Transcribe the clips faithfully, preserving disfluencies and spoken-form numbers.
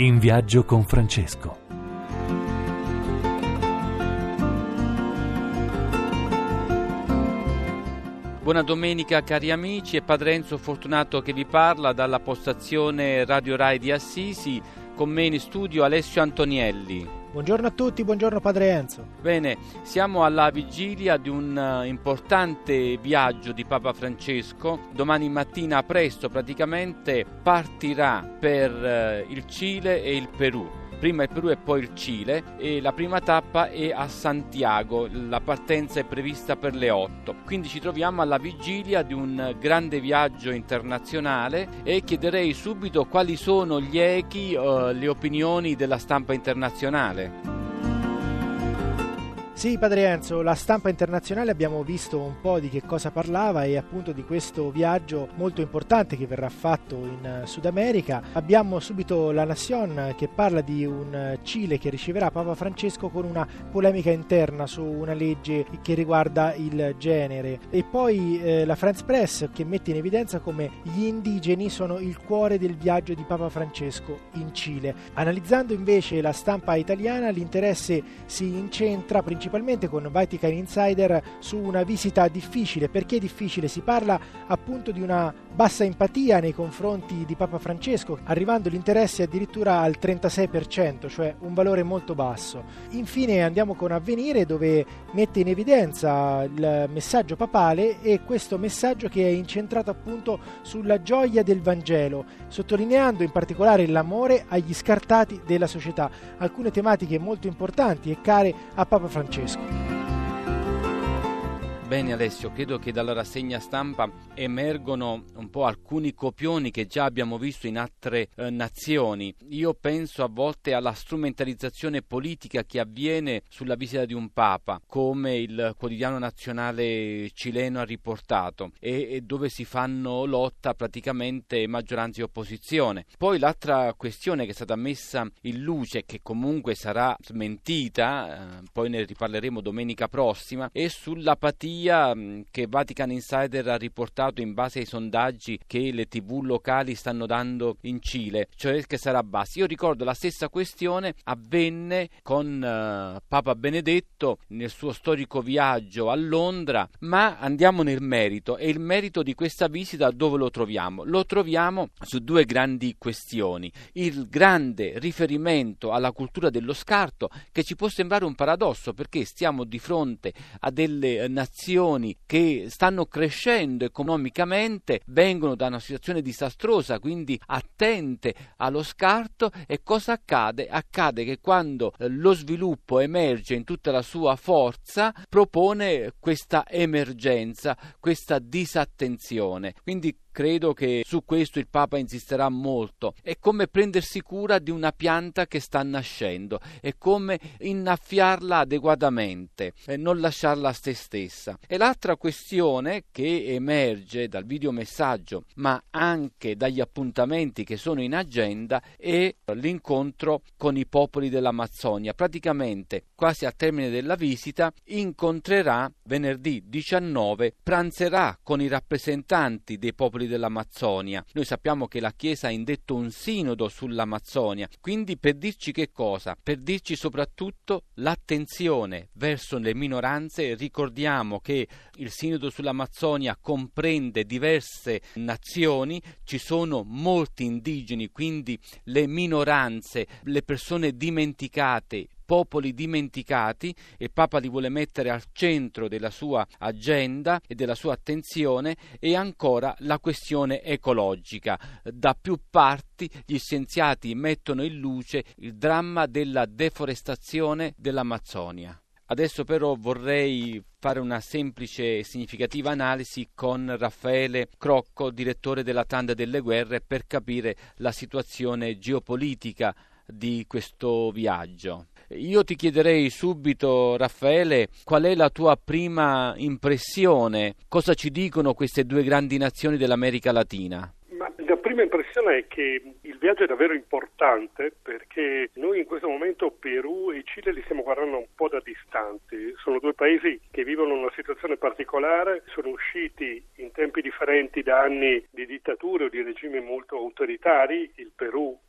In viaggio con Francesco. Buona domenica cari amici, è Padre Enzo Fortunato che vi parla dalla postazione Radio Rai di Assisi, con me in studio Alessio Antonielli. Buongiorno a tutti, buongiorno Padre Enzo. Bene, siamo alla vigilia di un uh, importante viaggio di Papa Francesco. Domani mattina presto praticamente partirà per uh, il Cile e il Perù. Prima il Perù e poi il Cile, e la prima tappa è a Santiago, la partenza è prevista per le otto, quindi ci troviamo alla vigilia di un grande viaggio internazionale e chiederei subito quali sono gli echi, eh, le opinioni della stampa internazionale. Sì, Padre Enzo, la stampa internazionale abbiamo visto un po' di che cosa parlava e appunto di questo viaggio molto importante che verrà fatto in Sud America. Abbiamo subito la Nación che parla di un Cile che riceverà Papa Francesco con una polemica interna su una legge che riguarda il genere, e poi eh, la France Press che mette in evidenza come gli indigeni sono il cuore del viaggio di Papa Francesco in Cile. Analizzando invece la stampa italiana, l'interesse si incentra principalmente principalmente con Vatican Insider su una visita difficile. Perché difficile? Si parla appunto di una bassa empatia nei confronti di Papa Francesco, arrivando l'interesse addirittura al trentasei per cento, cioè un valore molto basso. Infine andiamo con Avvenire, dove mette in evidenza il messaggio papale, e questo messaggio che è incentrato appunto sulla gioia del Vangelo, sottolineando in particolare l'amore agli scartati della società, alcune tematiche molto importanti e care a Papa Francesco. Bene Alessio, credo che dalla rassegna stampa emergono un po' alcuni copioni che già abbiamo visto in altre eh, nazioni. Io penso a volte alla strumentalizzazione politica che avviene sulla visita di un Papa, come il quotidiano nazionale cileno ha riportato, e, e dove si fanno lotta praticamente maggioranza e opposizione. Poi l'altra questione che è stata messa in luce, che comunque sarà smentita, eh, poi ne riparleremo domenica prossima, è sull'apatia che Vatican Insider ha riportato in base ai sondaggi che le tivù locali stanno dando in Cile, cioè che sarà bassa. Io ricordo la stessa questione avvenne con uh, Papa Benedetto nel suo storico viaggio a Londra, ma andiamo nel merito. E il merito di questa visita dove lo troviamo? Lo troviamo su due grandi questioni: il grande riferimento alla cultura dello scarto, che ci può sembrare un paradosso perché stiamo di fronte a delle nazioni che stanno crescendo economicamente, vengono da una situazione disastrosa, quindi attente allo scarto. E cosa accade? Accade che quando lo sviluppo emerge in tutta la sua forza, propone questa emergenza, questa disattenzione. Quindi credo che su questo il Papa insisterà molto. È come prendersi cura di una pianta che sta nascendo, è come innaffiarla adeguatamente e non lasciarla a se stessa. E l'altra questione che emerge dal videomessaggio, ma anche dagli appuntamenti che sono in agenda, è l'incontro con i popoli dell'Amazzonia. Praticamente, quasi al termine della visita, incontrerà venerdì diciannove, pranzerà con i rappresentanti dei popoli dell'Amazzonia. Noi sappiamo che la Chiesa ha indetto un sinodo sull'Amazzonia, quindi per dirci che cosa? Per dirci soprattutto l'attenzione verso le minoranze. Ricordiamo che il sinodo sull'Amazzonia comprende diverse nazioni, ci sono molti indigeni, quindi le minoranze, le persone dimenticate, popoli dimenticati, e il Papa li vuole mettere al centro della sua agenda e della sua attenzione. E ancora la questione ecologica. Da più parti gli scienziati mettono in luce il dramma della deforestazione dell'Amazzonia. Adesso però vorrei fare una semplice e significativa analisi con Raffaele Crocco, direttore della Tanda delle Guerre, per capire la situazione geopolitica di questo viaggio. Io ti chiederei subito, Raffaele, qual è la tua prima impressione? Cosa ci dicono queste due grandi nazioni dell'America Latina? Ma la prima impressione è che il viaggio è davvero importante, perché noi in questo momento Perù e Cile li stiamo guardando un po' da distanti. Sono due paesi che vivono una situazione particolare, sono usciti in tempi differenti da anni di dittature o di regimi molto autoritari. Il Perù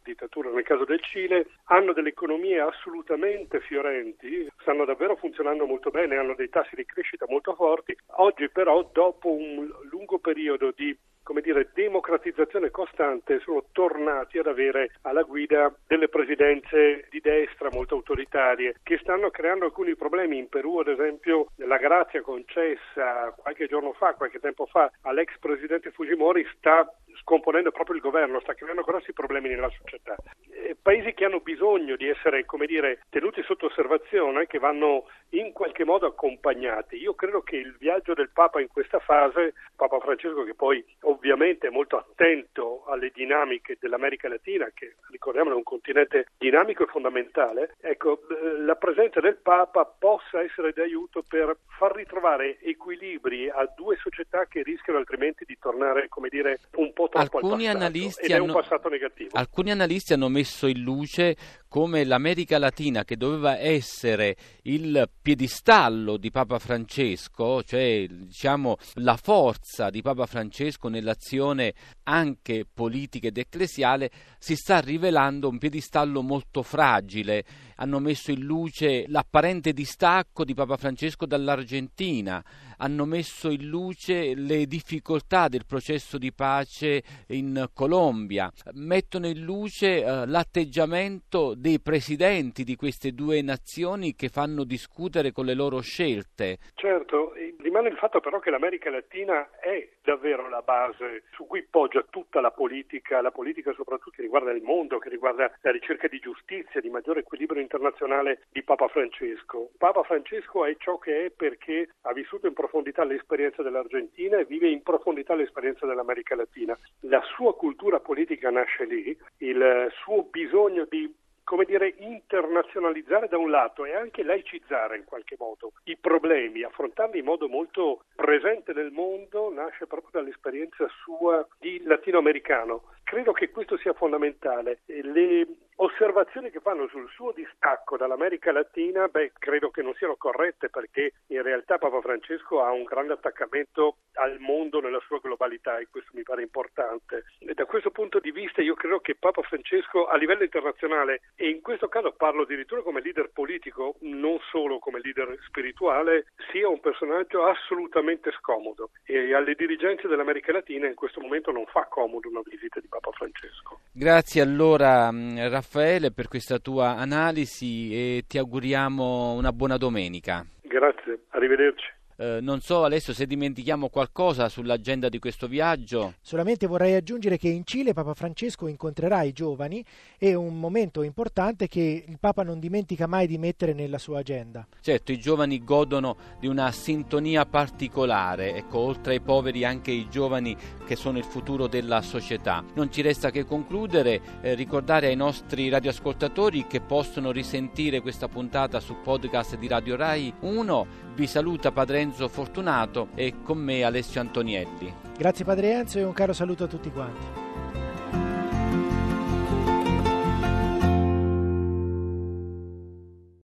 dittatura nel caso del Cile, hanno delle economie assolutamente fiorenti, stanno davvero funzionando molto bene, hanno dei tassi di crescita molto forti. Oggi però, dopo un lungo periodo di come dire, democratizzazione costante, sono tornati ad avere alla guida delle presidenze di destra molto autoritarie che stanno creando alcuni problemi. In Perù, ad esempio, la grazia concessa qualche giorno fa, qualche tempo fa, all'ex presidente Fujimori sta scomponendo proprio il governo, sta creando grossi problemi nella società. Eh, paesi che hanno bisogno di essere, come dire, tenuti sotto osservazione, che vanno in qualche modo accompagnati. Io credo che il viaggio del Papa in questa fase, Papa Francesco, che poi ovviamente è molto attento alle dinamiche dell'America Latina, che ricordiamolo è un continente dinamico e fondamentale, ecco, la presenza del Papa possa essere d'aiuto per far ritrovare equilibri a due società che rischiano altrimenti di tornare, come dire, un po' troppo alcuni al passato, analisti ed è hanno, un passato negativo. Alcuni analisti hanno messo in luce come l'America Latina, che doveva essere il piedistallo di Papa Francesco, cioè diciamo la forza di Papa Francesco nell'azione anche politica ed ecclesiale, si sta rivelando un piedistallo molto fragile. Hanno messo in luce l'apparente distacco di Papa Francesco dall'Argentina, hanno messo in luce le difficoltà del processo di pace in Colombia, mettono in luce eh, l'atteggiamento dei presidenti di queste due nazioni che fanno discutere con le loro scelte. Certo, rimane il fatto però che l'America Latina è davvero la base su cui poggia tutta la politica, la politica soprattutto che riguarda il mondo, che riguarda la ricerca di giustizia, di maggiore equilibrio internazionale di Papa Francesco. Papa Francesco è ciò che è perché ha vissuto in profondità l'esperienza dell'Argentina e vive in profondità l'esperienza dell'America Latina. La sua cultura politica nasce lì, il suo bisogno di, come dire, internazionalizzare da un lato e anche laicizzare in qualche modo i problemi, affrontarli in modo molto presente nel mondo, nasce proprio dall'esperienza sua di latinoamericano. Credo che questo sia fondamentale. Le osservazioni che fanno sul suo distacco dall'America Latina, beh, credo che non siano corrette, perché in realtà Papa Francesco ha un grande attaccamento al mondo nella sua globalità e questo mi pare importante. E da questo punto di vista io credo che Papa Francesco a livello internazionale, e in questo caso parlo addirittura come leader politico, non solo come leader spirituale, sia un personaggio assolutamente scomodo e alle dirigenze dell'America Latina in questo momento non fa comodo una visita di Papa Francesco. Grazie allora Raffaele per questa tua analisi e ti auguriamo una buona domenica. Grazie, arrivederci. Eh, non so Alessio se dimentichiamo qualcosa sull'agenda di questo viaggio. Solamente vorrei aggiungere che in Cile Papa Francesco incontrerà i giovani, è un momento importante che il Papa non dimentica mai di mettere nella sua agenda. Certo, i giovani godono di una sintonia particolare, ecco, oltre ai poveri anche i giovani che sono il futuro della società. Non ci resta che concludere, eh, ricordare ai nostri radioascoltatori che possono risentire questa puntata su podcast di Radio Rai uno. Vi saluta Padre Enzo Fortunato e con me Alessio Antonielli. Grazie Padre Enzo e un caro saluto a tutti quanti.